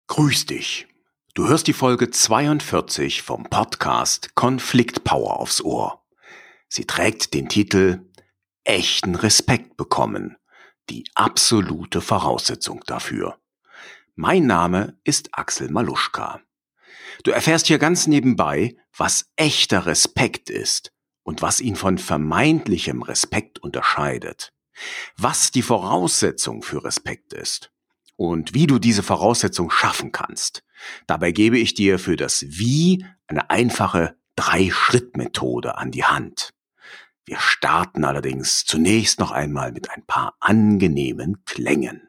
Grüß dich. Du hörst die Folge 42 vom Podcast Konflikt Power aufs Ohr. Sie trägt den Titel Echten Respekt bekommen. Die absolute Voraussetzung dafür. Mein Name ist Axel Maluschka. Du erfährst hier ganz nebenbei, was echter Respekt ist und was ihn von vermeintlichem Respekt unterscheidet. Was die Voraussetzung für Respekt ist. Und wie du diese Voraussetzung schaffen kannst. Dabei gebe ich dir für das Wie eine einfache 3-Schritt-Methode an die Hand. Wir starten allerdings zunächst noch einmal mit ein paar angenehmen Klängen.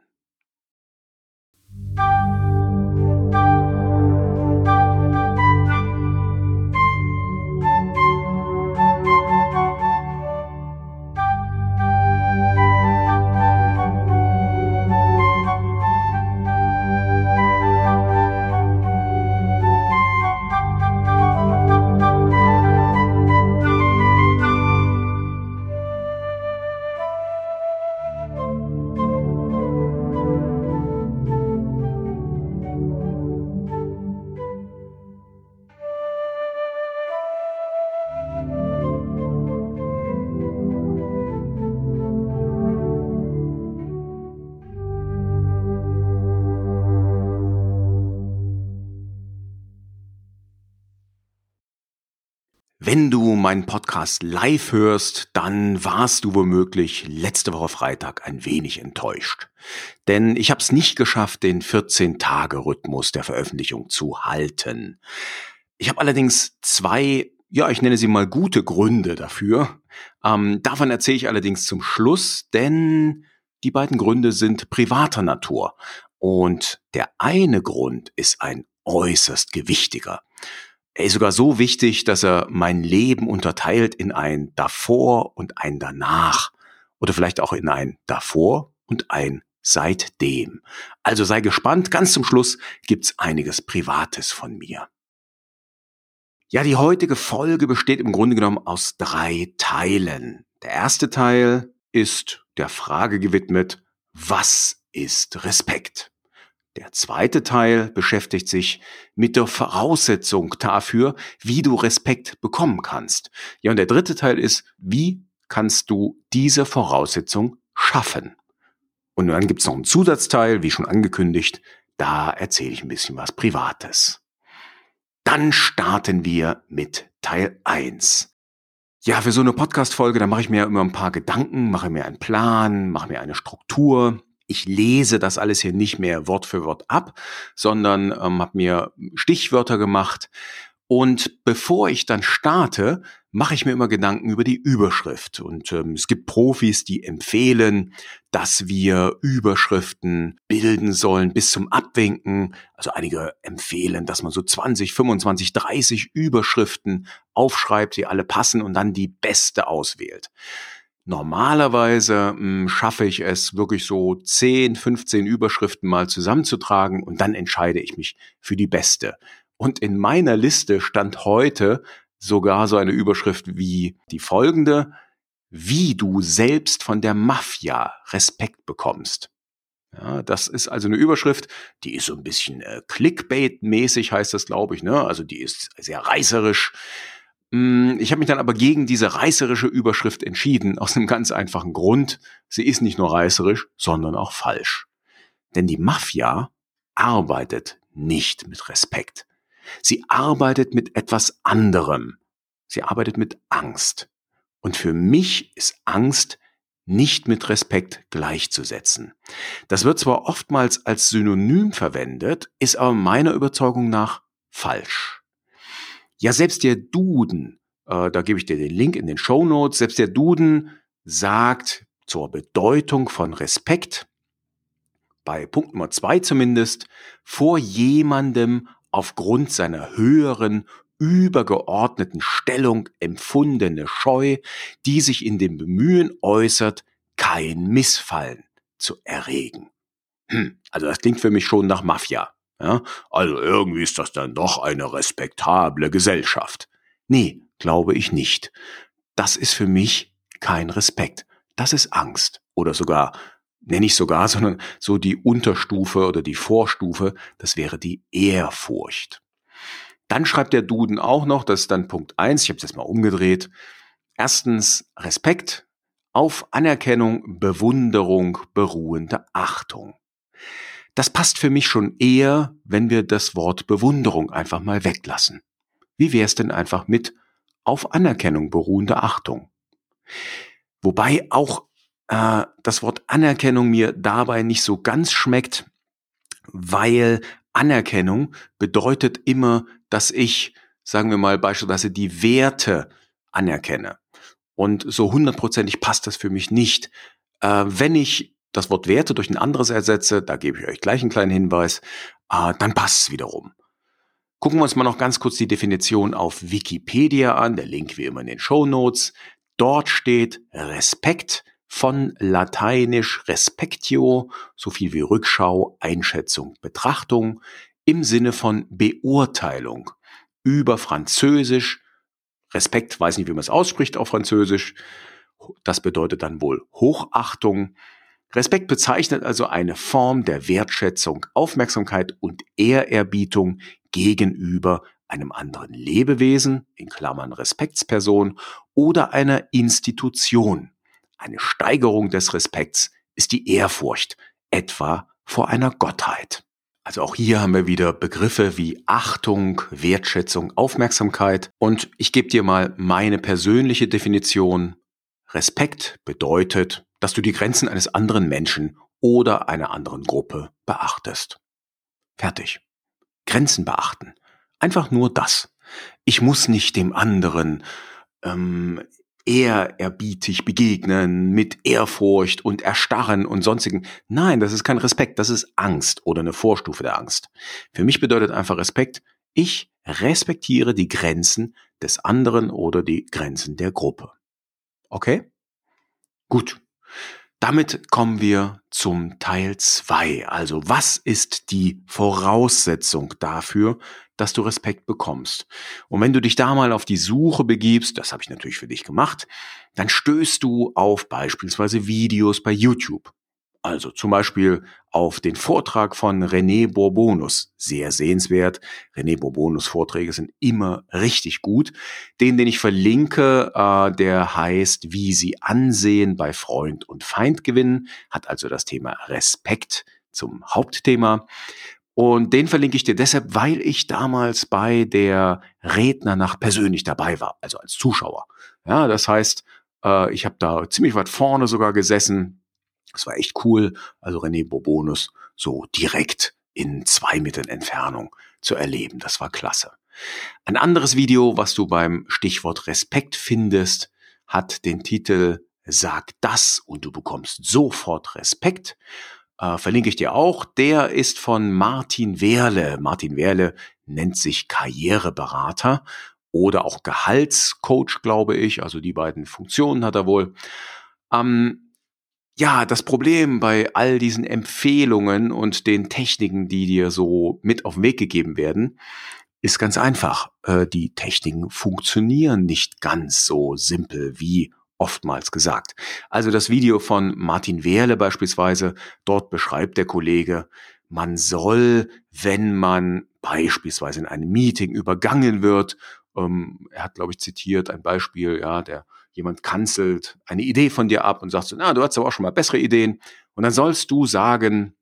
Wenn du meinen Podcast live hörst, dann warst du womöglich letzte Woche Freitag ein wenig enttäuscht. Denn ich habe es nicht geschafft, den 14-Tage-Rhythmus der Veröffentlichung zu halten. Ich habe allerdings zwei, ich nenne sie mal gute Gründe dafür. Davon erzähle ich allerdings zum Schluss, denn die beiden Gründe sind privater Natur. Und der eine Grund ist ein äußerst gewichtiger. Er ist sogar so wichtig, dass er mein Leben unterteilt in ein Davor und ein Danach. Oder vielleicht auch in ein Davor und ein Seitdem. Also sei gespannt, ganz zum Schluss gibt's einiges Privates von mir. Ja, die heutige Folge besteht im Grunde genommen aus 3 Teilen. Der erste Teil ist der Frage gewidmet, was ist Respekt? Der zweite Teil beschäftigt sich mit der Voraussetzung dafür, wie du Respekt bekommen kannst. Ja, und der dritte Teil ist, wie kannst du diese Voraussetzung schaffen? Und dann gibt's noch einen Zusatzteil, wie schon angekündigt, da erzähle ich ein bisschen was Privates. Dann starten wir mit Teil 1. Ja, für so eine Podcast-Folge, da mache ich mir immer ein paar Gedanken, mache mir einen Plan, mache mir eine Struktur. Ich lese das alles hier nicht mehr Wort für Wort ab, sondern habe mir Stichwörter gemacht. Und bevor ich dann starte, mache ich mir immer Gedanken über die Überschrift. Und es gibt Profis, die empfehlen, dass wir Überschriften bilden sollen bis zum Abwinken. Also einige empfehlen, dass man so 20, 25, 30 Überschriften aufschreibt, die alle passen und dann die beste auswählt. Normalerweise schaffe ich es wirklich so 10, 15 Überschriften mal zusammenzutragen und dann entscheide ich mich für die beste. Und in meiner Liste stand heute sogar so eine Überschrift wie die folgende: Wie du selbst von der Mafia Respekt bekommst. Ja, das ist also eine Überschrift, die ist so ein bisschen Clickbait-mäßig, heißt das, glaube ich, ne? Also die ist sehr reißerisch. Ich habe mich dann aber gegen diese reißerische Überschrift entschieden, aus einem ganz einfachen Grund. Sie ist nicht nur reißerisch, sondern auch falsch. Denn die Mafia arbeitet nicht mit Respekt. Sie arbeitet mit etwas anderem. Sie arbeitet mit Angst. Und für mich ist Angst nicht mit Respekt gleichzusetzen. Das wird zwar oftmals als Synonym verwendet, ist aber meiner Überzeugung nach falsch. Ja, selbst der Duden, da gebe ich dir den Link in den Shownotes, selbst der Duden sagt zur Bedeutung von Respekt, bei Punkt Nummer 2 zumindest, vor jemandem aufgrund seiner höheren, übergeordneten Stellung empfundene Scheu, die sich in dem Bemühen äußert, kein Missfallen zu erregen. Also das klingt für mich schon nach Mafia. Ja, also irgendwie ist das dann doch eine respektable Gesellschaft. Nee, glaube ich nicht. Das ist für mich kein Respekt. Das ist Angst oder sogar nenne ich sogar, sondern so die Unterstufe oder die Vorstufe, das wäre die Ehrfurcht. Dann schreibt der Duden auch noch, das ist dann Punkt 1, ich habe es jetzt mal umgedreht. Erstens Respekt, auf Anerkennung, Bewunderung beruhende Achtung. Das passt für mich schon eher, wenn wir das Wort Bewunderung einfach mal weglassen. Wie wäre es denn einfach mit auf Anerkennung beruhende Achtung? Wobei auch das Wort Anerkennung mir dabei nicht so ganz schmeckt, weil Anerkennung bedeutet immer, dass ich, sagen wir mal beispielsweise, die Werte anerkenne. Und so hundertprozentig passt das für mich nicht. Wenn ich das Wort Werte durch ein anderes ersetze, da gebe ich euch gleich einen kleinen Hinweis, dann passt es wiederum. Gucken wir uns mal noch ganz kurz die Definition auf Wikipedia an, der Link wie immer in den Shownotes. Dort steht Respekt von lateinisch respectio, so viel wie Rückschau, Einschätzung, Betrachtung, im Sinne von Beurteilung. Über Französisch, Respekt, weiß nicht, wie man es ausspricht auf Französisch, das bedeutet dann wohl Hochachtung. Respekt bezeichnet also eine Form der Wertschätzung, Aufmerksamkeit und Ehrerbietung gegenüber einem anderen Lebewesen, in Klammern Respektsperson, oder einer Institution. Eine Steigerung des Respekts ist die Ehrfurcht, etwa vor einer Gottheit. Also auch hier haben wir wieder Begriffe wie Achtung, Wertschätzung, Aufmerksamkeit. Und ich gebe dir mal meine persönliche Definition. Respekt bedeutet, dass du die Grenzen eines anderen Menschen oder einer anderen Gruppe beachtest. Fertig. Grenzen beachten. Einfach nur das. Ich muss nicht dem anderen ehrerbietig begegnen, mit Ehrfurcht und Erstarren und sonstigen. Nein, das ist kein Respekt, das ist Angst oder eine Vorstufe der Angst. Für mich bedeutet einfach Respekt, ich respektiere die Grenzen des anderen oder die Grenzen der Gruppe. Okay? Gut. Damit kommen wir zum Teil 2. Also, was ist die Voraussetzung dafür, dass du Respekt bekommst? Und wenn du dich da mal auf die Suche begibst, das habe ich natürlich für dich gemacht, dann stößt du auf beispielsweise Videos bei YouTube. Also zum Beispiel auf den Vortrag von René Bourbonus. Sehr sehenswert. René Bourbonus Vorträge sind immer richtig gut. Den ich verlinke, der heißt Wie Sie Ansehen bei Freund und Feind gewinnen. Hat also das Thema Respekt zum Hauptthema. Und den verlinke ich dir deshalb, weil ich damals bei der Rednernacht persönlich dabei war, also als Zuschauer. Ja, das heißt, ich habe da ziemlich weit vorne sogar gesessen. Das war echt cool, also René Bourbonus so direkt in 2 Metern Entfernung zu erleben. Das war klasse. Ein anderes Video, was du beim Stichwort Respekt findest, hat den Titel Sag das und du bekommst sofort Respekt. Verlinke ich dir auch. Der ist von Martin Wehrle. Martin Wehrle nennt sich Karriereberater oder auch Gehaltscoach, glaube ich. Also die beiden Funktionen hat er wohl. Ja, das Problem bei all diesen Empfehlungen und den Techniken, die dir so mit auf den Weg gegeben werden, ist ganz einfach. Die Techniken funktionieren nicht ganz so simpel wie oftmals gesagt. Also das Video von Martin Wehrle beispielsweise, dort beschreibt der Kollege, man soll, wenn man beispielsweise in einem Meeting übergangen wird, er hat, glaube ich, zitiert ein Beispiel, ja, jemand kanzelt eine Idee von dir ab und sagt so, na, du hast aber auch schon mal bessere Ideen. Und dann sollst du sagen,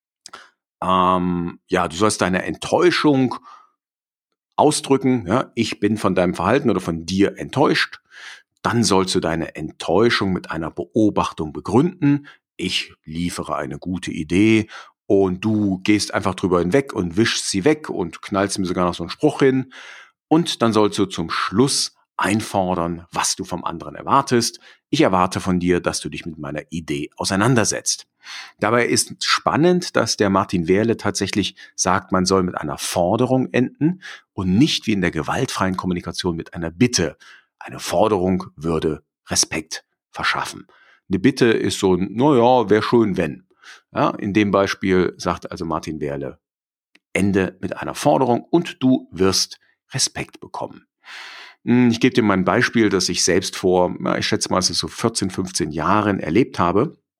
ja, du sollst deine Enttäuschung ausdrücken, ja, ich bin von deinem Verhalten oder von dir enttäuscht. Dann sollst du deine Enttäuschung mit einer Beobachtung begründen. Ich liefere eine gute Idee und du gehst einfach drüber hinweg und wischst sie weg und knallst mir sogar noch so einen Spruch hin. Und dann sollst du zum Schluss einfordern, was du vom anderen erwartest. Ich erwarte von dir, dass du dich mit meiner Idee auseinandersetzt. Dabei ist spannend, dass der Martin Wehrle tatsächlich sagt, man soll mit einer Forderung enden und nicht wie in der gewaltfreien Kommunikation mit einer Bitte. Eine Forderung würde Respekt verschaffen. Eine Bitte ist so, naja, wäre schön, wenn. Ja, in dem Beispiel sagt also Martin Wehrle, Ende mit einer Forderung und du wirst Respekt bekommen. Ich gebe dir mal ein Beispiel, das ich selbst vor, ich schätze mal, es ist so 14, 15 Jahren erlebt habe.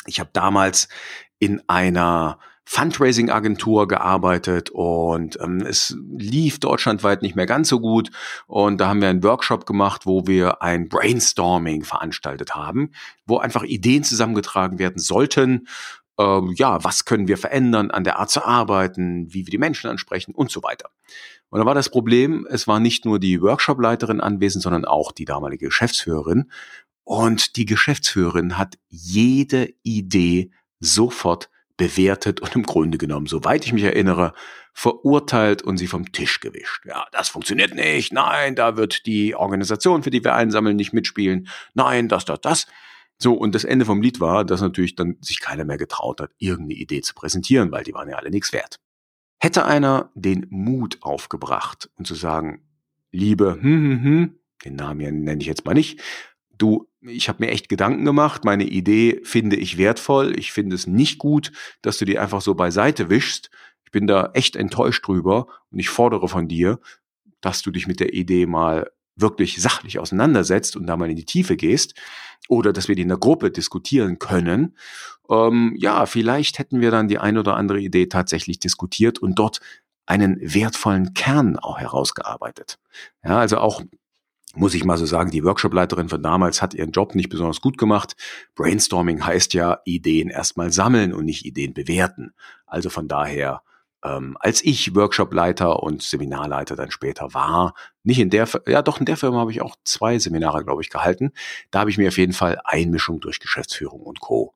Ich habe damals in einer Fundraising-Agentur gearbeitet und es lief deutschlandweit nicht mehr ganz so gut. Und da haben wir einen Workshop gemacht, wo wir ein Brainstorming veranstaltet haben, wo einfach Ideen zusammengetragen werden sollten. Ja, was können wir verändern an der Art zu arbeiten, wie wir die Menschen ansprechen und so weiter. Und da war das Problem, es war nicht nur die Workshopleiterin anwesend, sondern auch die damalige Geschäftsführerin. Und die Geschäftsführerin hat jede Idee sofort bewertet und im Grunde genommen, soweit ich mich erinnere, verurteilt und sie vom Tisch gewischt. Ja, das funktioniert nicht. Nein, da wird die Organisation, für die wir einsammeln, nicht mitspielen. Nein, das. So, und das Ende vom Lied war, dass natürlich dann sich keiner mehr getraut hat, irgendeine Idee zu präsentieren, weil die waren ja alle nichts wert. Hätte einer den Mut aufgebracht und zu sagen, liebe, den Namen hier nenne ich jetzt mal nicht, du, ich habe mir echt Gedanken gemacht, meine Idee finde ich wertvoll, ich finde es nicht gut, dass du die einfach so beiseite wischst. Ich bin da echt enttäuscht drüber und ich fordere von dir, dass du dich mit der Idee mal wirklich sachlich auseinandersetzt und da mal in die Tiefe gehst oder dass wir die in der Gruppe diskutieren können. Ja, vielleicht hätten wir dann die ein oder andere Idee tatsächlich diskutiert und dort einen wertvollen Kern auch herausgearbeitet. Ja, also auch muss ich mal so sagen, die Workshopleiterin von damals hat ihren Job nicht besonders gut gemacht. Brainstorming heißt ja, Ideen erstmal sammeln und nicht Ideen bewerten. Also von daher, als ich Workshopleiter und Seminarleiter dann später war, nicht in der, ja doch in der Firma habe ich auch 2 Seminare, glaube ich, gehalten. Da habe ich mir auf jeden Fall Einmischung durch Geschäftsführung und Co.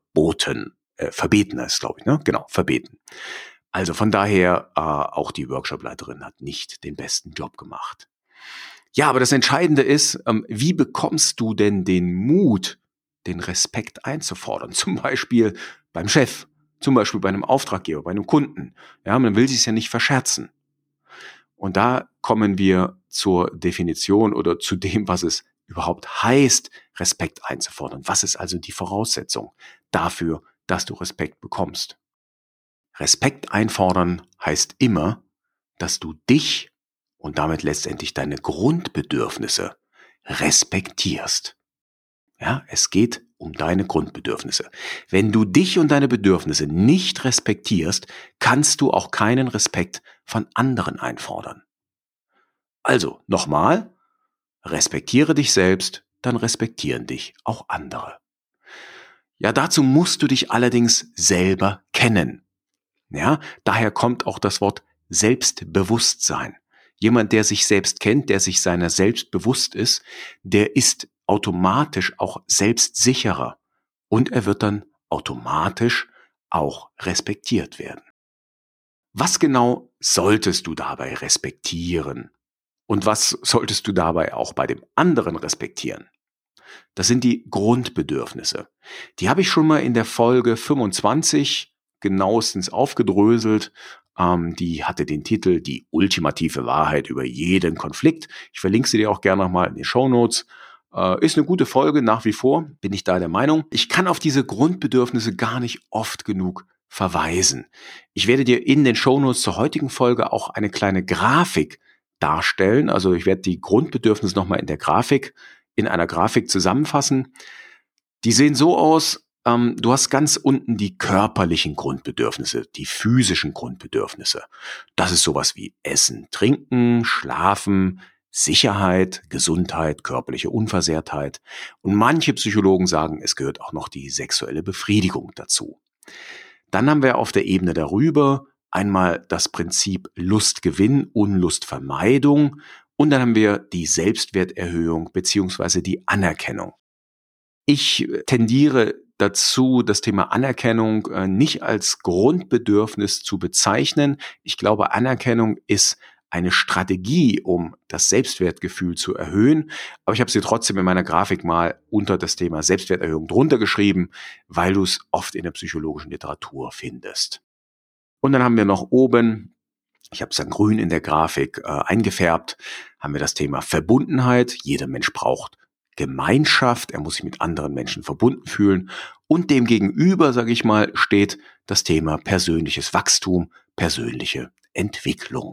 Verbeten ist, glaube ich, ne? Genau, verbeten. Also von daher, auch die Workshopleiterin hat nicht den besten Job gemacht. Ja, aber das Entscheidende ist, wie bekommst du denn den Mut, den Respekt einzufordern? Zum Beispiel beim Chef, zum Beispiel bei einem Auftraggeber, bei einem Kunden. Ja, man will sich ja nicht verscherzen. Und da kommen wir zur Definition oder zu dem, was es überhaupt heißt, Respekt einzufordern. Was ist also die Voraussetzung dafür, dass du Respekt bekommst? Respekt einfordern heißt immer, dass du dich und damit letztendlich deine Grundbedürfnisse respektierst. Ja, es geht um deine Grundbedürfnisse. Wenn du dich und deine Bedürfnisse nicht respektierst, kannst du auch keinen Respekt von anderen einfordern. Also, nochmal, respektiere dich selbst, dann respektieren dich auch andere. Ja, dazu musst du dich allerdings selber kennen. Ja, daher kommt auch das Wort Selbstbewusstsein. Jemand, der sich selbst kennt, der sich seiner selbst bewusst ist, der ist automatisch auch selbstsicherer und er wird dann automatisch auch respektiert werden. Was genau solltest du dabei respektieren? Und was solltest du dabei auch bei dem anderen respektieren? Das sind die Grundbedürfnisse. Die habe ich schon mal in der Folge 25 genauestens aufgedröselt. Die hatte den Titel Die ultimative Wahrheit über jeden Konflikt. Ich verlinke sie dir auch gerne nochmal in den Shownotes. Ist eine gute Folge, nach wie vor bin ich da der Meinung. Ich kann auf diese Grundbedürfnisse gar nicht oft genug verweisen. Ich werde dir in den Shownotes zur heutigen Folge auch eine kleine Grafik darstellen. Also ich werde die Grundbedürfnisse nochmal in einer Grafik zusammenfassen. Die sehen so aus, du hast ganz unten die körperlichen Grundbedürfnisse, die physischen Grundbedürfnisse. Das ist sowas wie Essen, Trinken, Schlafen, Sicherheit, Gesundheit, körperliche Unversehrtheit. Und manche Psychologen sagen, es gehört auch noch die sexuelle Befriedigung dazu. Dann haben wir auf der Ebene darüber einmal das Prinzip Lustgewinn, Unlustvermeidung und dann haben wir die Selbstwerterhöhung beziehungsweise die Anerkennung. Ich tendiere dazu, das Thema Anerkennung nicht als Grundbedürfnis zu bezeichnen. Ich glaube, Anerkennung ist eine Strategie, um das Selbstwertgefühl zu erhöhen. Aber ich habe sie trotzdem in meiner Grafik mal unter das Thema Selbstwerterhöhung drunter geschrieben, weil du es oft in der psychologischen Literatur findest. Und dann haben wir noch oben, ich habe es dann grün in der Grafik eingefärbt, haben wir das Thema Verbundenheit. Jeder Mensch braucht Gemeinschaft, er muss sich mit anderen Menschen verbunden fühlen. Und dem gegenüber, sage ich mal, steht das Thema persönliches Wachstum, persönliche Entwicklung.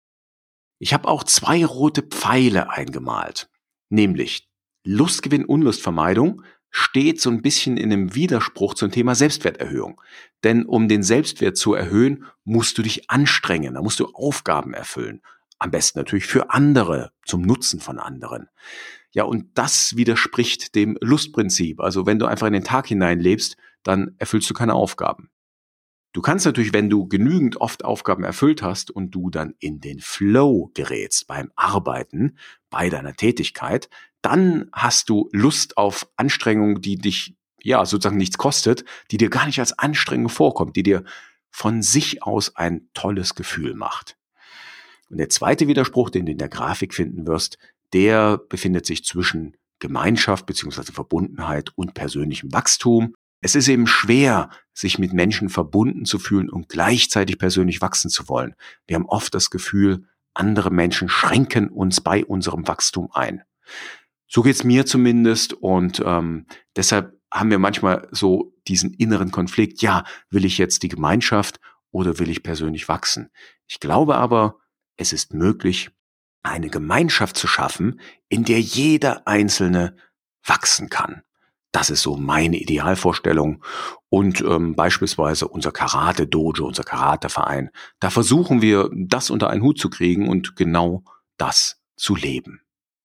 Ich habe auch 2 rote Pfeile eingemalt, nämlich Lustgewinn, Unlustvermeidung. steht so ein bisschen in einem Widerspruch zum Thema Selbstwerterhöhung. Denn um den Selbstwert zu erhöhen, musst du dich anstrengen, da musst du Aufgaben erfüllen. Am besten natürlich für andere, zum Nutzen von anderen. Ja, und das widerspricht dem Lustprinzip. Also wenn du einfach in den Tag hineinlebst, dann erfüllst du keine Aufgaben. Du kannst natürlich, wenn du genügend oft Aufgaben erfüllt hast und du dann in den Flow gerätst beim Arbeiten, bei deiner Tätigkeit, dann hast du Lust auf Anstrengung, die dich ja sozusagen nichts kostet, die dir gar nicht als Anstrengung vorkommt, die dir von sich aus ein tolles Gefühl macht. Und der zweite Widerspruch, den du in der Grafik finden wirst, der befindet sich zwischen Gemeinschaft bzw. Verbundenheit und persönlichem Wachstum. Es ist eben schwer, sich mit Menschen verbunden zu fühlen und gleichzeitig persönlich wachsen zu wollen. Wir haben oft das Gefühl, andere Menschen schränken uns bei unserem Wachstum ein. So geht's mir zumindest und deshalb haben wir manchmal so diesen inneren Konflikt. Ja, will ich jetzt die Gemeinschaft oder will ich persönlich wachsen? Ich glaube aber, es ist möglich, eine Gemeinschaft zu schaffen, in der jeder Einzelne wachsen kann. Das ist so meine Idealvorstellung. Und beispielsweise unser Karate-Dojo, unser Karateverein, da versuchen wir, das unter einen Hut zu kriegen und genau das zu leben.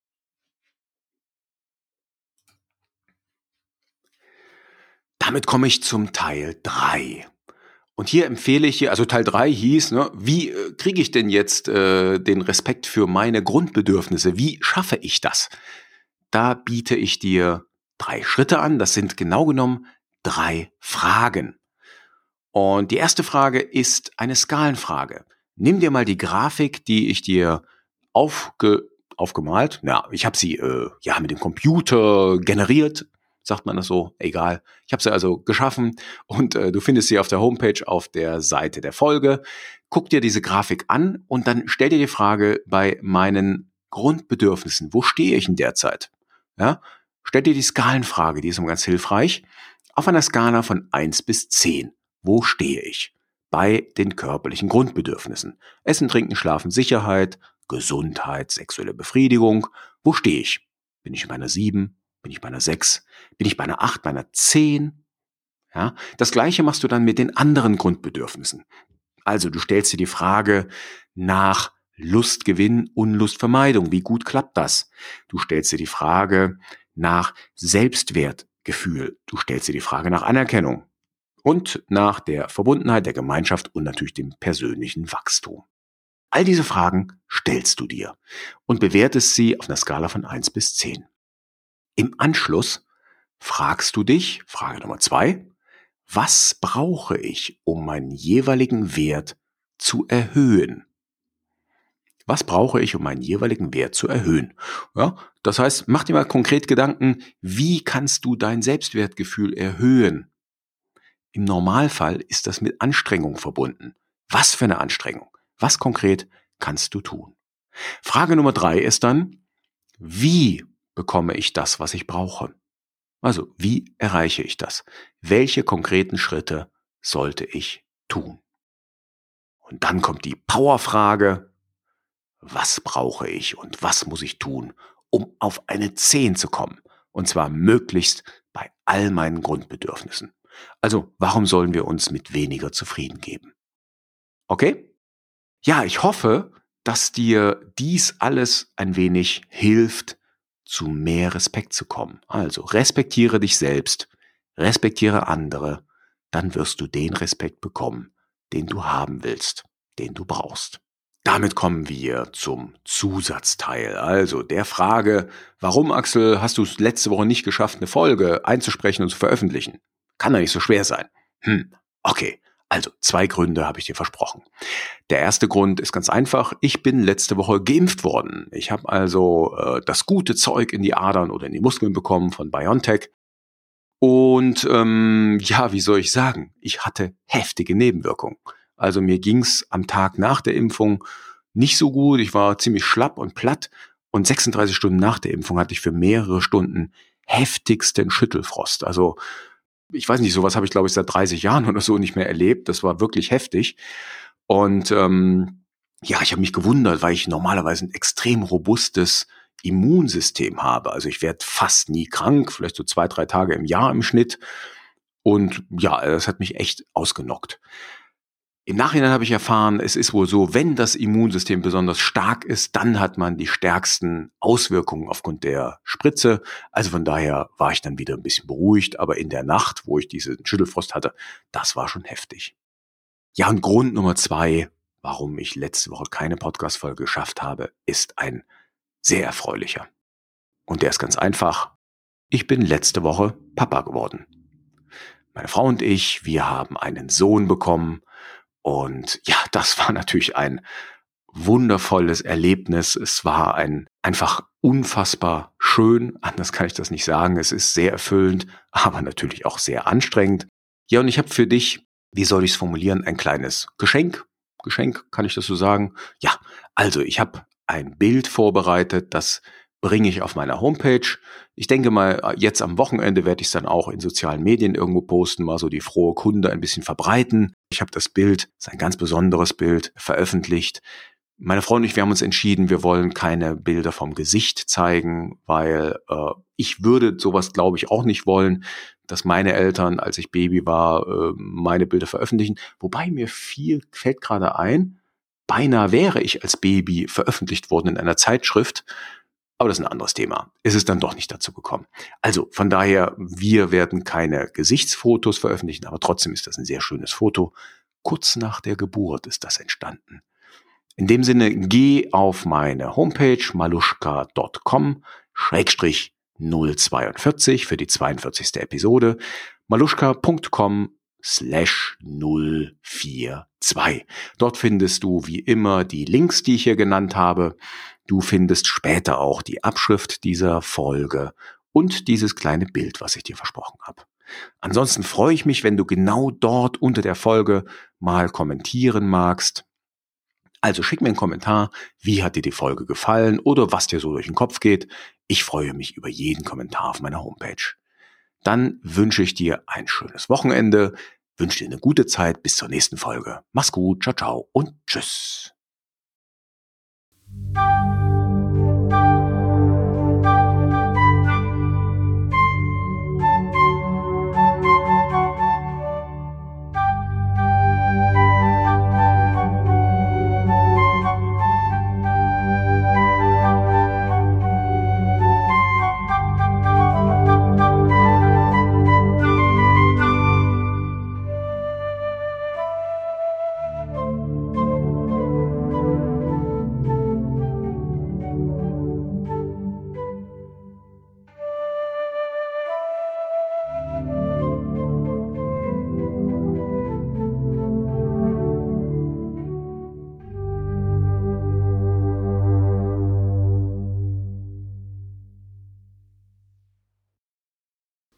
Damit komme ich zum Teil 3. Und hier empfehle ich also Teil 3 hieß, wie kriege ich denn jetzt den Respekt für meine Grundbedürfnisse? Wie schaffe ich das? Da biete ich dir 3 Schritte an. Das sind genau genommen 3 Fragen. Und die erste Frage ist eine Skalenfrage. Nimm dir mal die Grafik, die ich dir aufgemalt. Ja, ich habe sie mit dem Computer generiert. Sagt man das so? Egal. Ich habe sie also geschaffen und du findest sie auf der Homepage auf der Seite der Folge. Guck dir diese Grafik an und dann stell dir die Frage bei meinen Grundbedürfnissen. Wo stehe ich in der Zeit? Ja? Stell dir die Skalenfrage, die ist immer ganz hilfreich. Auf einer Skala von 1 bis 10. Wo stehe ich? Bei den körperlichen Grundbedürfnissen. Essen, Trinken, Schlafen, Sicherheit, Gesundheit, sexuelle Befriedigung. Wo stehe ich? Bin ich bei einer 7? Bin ich bei einer 6? Bin ich bei einer 8, bei einer 10? Ja, das Gleiche machst du dann mit den anderen Grundbedürfnissen. Also du stellst dir die Frage nach Lustgewinn, Unlustvermeidung. Wie gut klappt das? Du stellst dir die Frage nach Selbstwertgefühl. Du stellst dir die Frage nach Anerkennung und nach der Verbundenheit, der Gemeinschaft und natürlich dem persönlichen Wachstum. All diese Fragen stellst du dir und bewertest sie auf einer Skala von 1 bis 10. Im Anschluss fragst du dich, Frage Nummer 2, was brauche ich, um meinen jeweiligen Wert zu erhöhen? Was brauche ich, um meinen jeweiligen Wert zu erhöhen? Ja, das heißt, mach dir mal konkret Gedanken, wie kannst du dein Selbstwertgefühl erhöhen? Im Normalfall ist das mit Anstrengung verbunden. Was für eine Anstrengung? Was konkret kannst du tun? Frage Nummer 3 ist dann, wie bekomme ich das, was ich brauche? Also, wie erreiche ich das? Welche konkreten Schritte sollte ich tun? Und dann kommt die Powerfrage, was brauche ich und was muss ich tun, um auf eine 10 zu kommen? Und zwar möglichst bei all meinen Grundbedürfnissen. Also, warum sollen wir uns mit weniger zufrieden geben? Okay? Ja, ich hoffe, dass dir dies alles ein wenig hilft, zu mehr Respekt zu kommen. Also respektiere dich selbst, respektiere andere, dann wirst du den Respekt bekommen, den du haben willst, den du brauchst. Damit kommen wir zum Zusatzteil, also der Frage, warum, Axel, hast du es letzte Woche nicht geschafft, eine Folge einzusprechen und zu veröffentlichen? Kann doch nicht so schwer sein. Okay, also 2 Gründe habe ich dir versprochen. Der erste Grund ist ganz einfach, ich bin letzte Woche geimpft worden. Ich habe also das gute Zeug in die Adern oder in die Muskeln bekommen von BioNTech. Und wie soll ich sagen, ich hatte heftige Nebenwirkungen. Also mir ging's am Tag nach der Impfung nicht so gut. Ich war ziemlich schlapp und platt. Und 36 Stunden nach der Impfung hatte ich für mehrere Stunden heftigsten Schüttelfrost. Also ich weiß nicht, sowas habe ich glaube ich seit 30 Jahren oder so nicht mehr erlebt. Das war wirklich heftig. Und ich habe mich gewundert, weil ich normalerweise ein extrem robustes Immunsystem habe. Also ich werde fast nie krank, vielleicht so 2, 3 Tage im Jahr im Schnitt. Und ja, das hat mich echt ausgenockt. Im Nachhinein habe ich erfahren, es ist wohl so, wenn das Immunsystem besonders stark ist, dann hat man die stärksten Auswirkungen aufgrund der Spritze. Also von daher war ich dann wieder ein bisschen beruhigt, aber in der Nacht, wo ich diesen Schüttelfrost hatte, das war schon heftig. Ja, und Grund Nummer 2, warum ich letzte Woche keine Podcast-Folge geschafft habe, ist ein sehr erfreulicher. Und der ist ganz einfach. Ich bin letzte Woche Papa geworden. Meine Frau und ich, wir haben einen Sohn bekommen. Und ja, das war natürlich ein wundervolles Erlebnis. Es war einfach unfassbar schön. Anders kann ich das nicht sagen. Es ist sehr erfüllend, aber natürlich auch sehr anstrengend. Ja, und ich habe für dich, wie soll ich es formulieren, ein kleines Geschenk. Geschenk, kann ich das so sagen? Ja, also ich habe ein Bild vorbereitet, das bringe ich auf meiner Homepage. Ich denke mal, jetzt am Wochenende werde ich es dann auch in sozialen Medien irgendwo posten, mal so die frohe Kunde ein bisschen verbreiten. Ich habe das Bild, das ist ein ganz besonderes Bild, veröffentlicht. Meine Frau und ich, wir haben uns entschieden, wir wollen keine Bilder vom Gesicht zeigen, weil ich würde sowas, glaube ich, auch nicht wollen, dass meine Eltern, als ich Baby war, meine Bilder veröffentlichen. Wobei mir fällt gerade ein, beinahe wäre ich als Baby veröffentlicht worden in einer Zeitschrift. Aber das ist ein anderes Thema. Es ist dann doch nicht dazu gekommen. Also von daher, wir werden keine Gesichtsfotos veröffentlichen, aber trotzdem ist das ein sehr schönes Foto. Kurz nach der Geburt ist das entstanden. In dem Sinne, geh auf meine Homepage maluschka.com/042 für die 42. Episode. maluschka.com/042. Dort findest du wie immer die Links, die ich hier genannt habe. Du findest später auch die Abschrift dieser Folge und dieses kleine Bild, was ich dir versprochen habe. Ansonsten freue ich mich, wenn du genau dort unter der Folge mal kommentieren magst. Also schick mir einen Kommentar, wie hat dir die Folge gefallen oder was dir so durch den Kopf geht. Ich freue mich über jeden Kommentar auf meiner Homepage. Dann wünsche ich dir ein schönes Wochenende, wünsche dir eine gute Zeit bis zur nächsten Folge. Mach's gut, ciao, ciao und tschüss.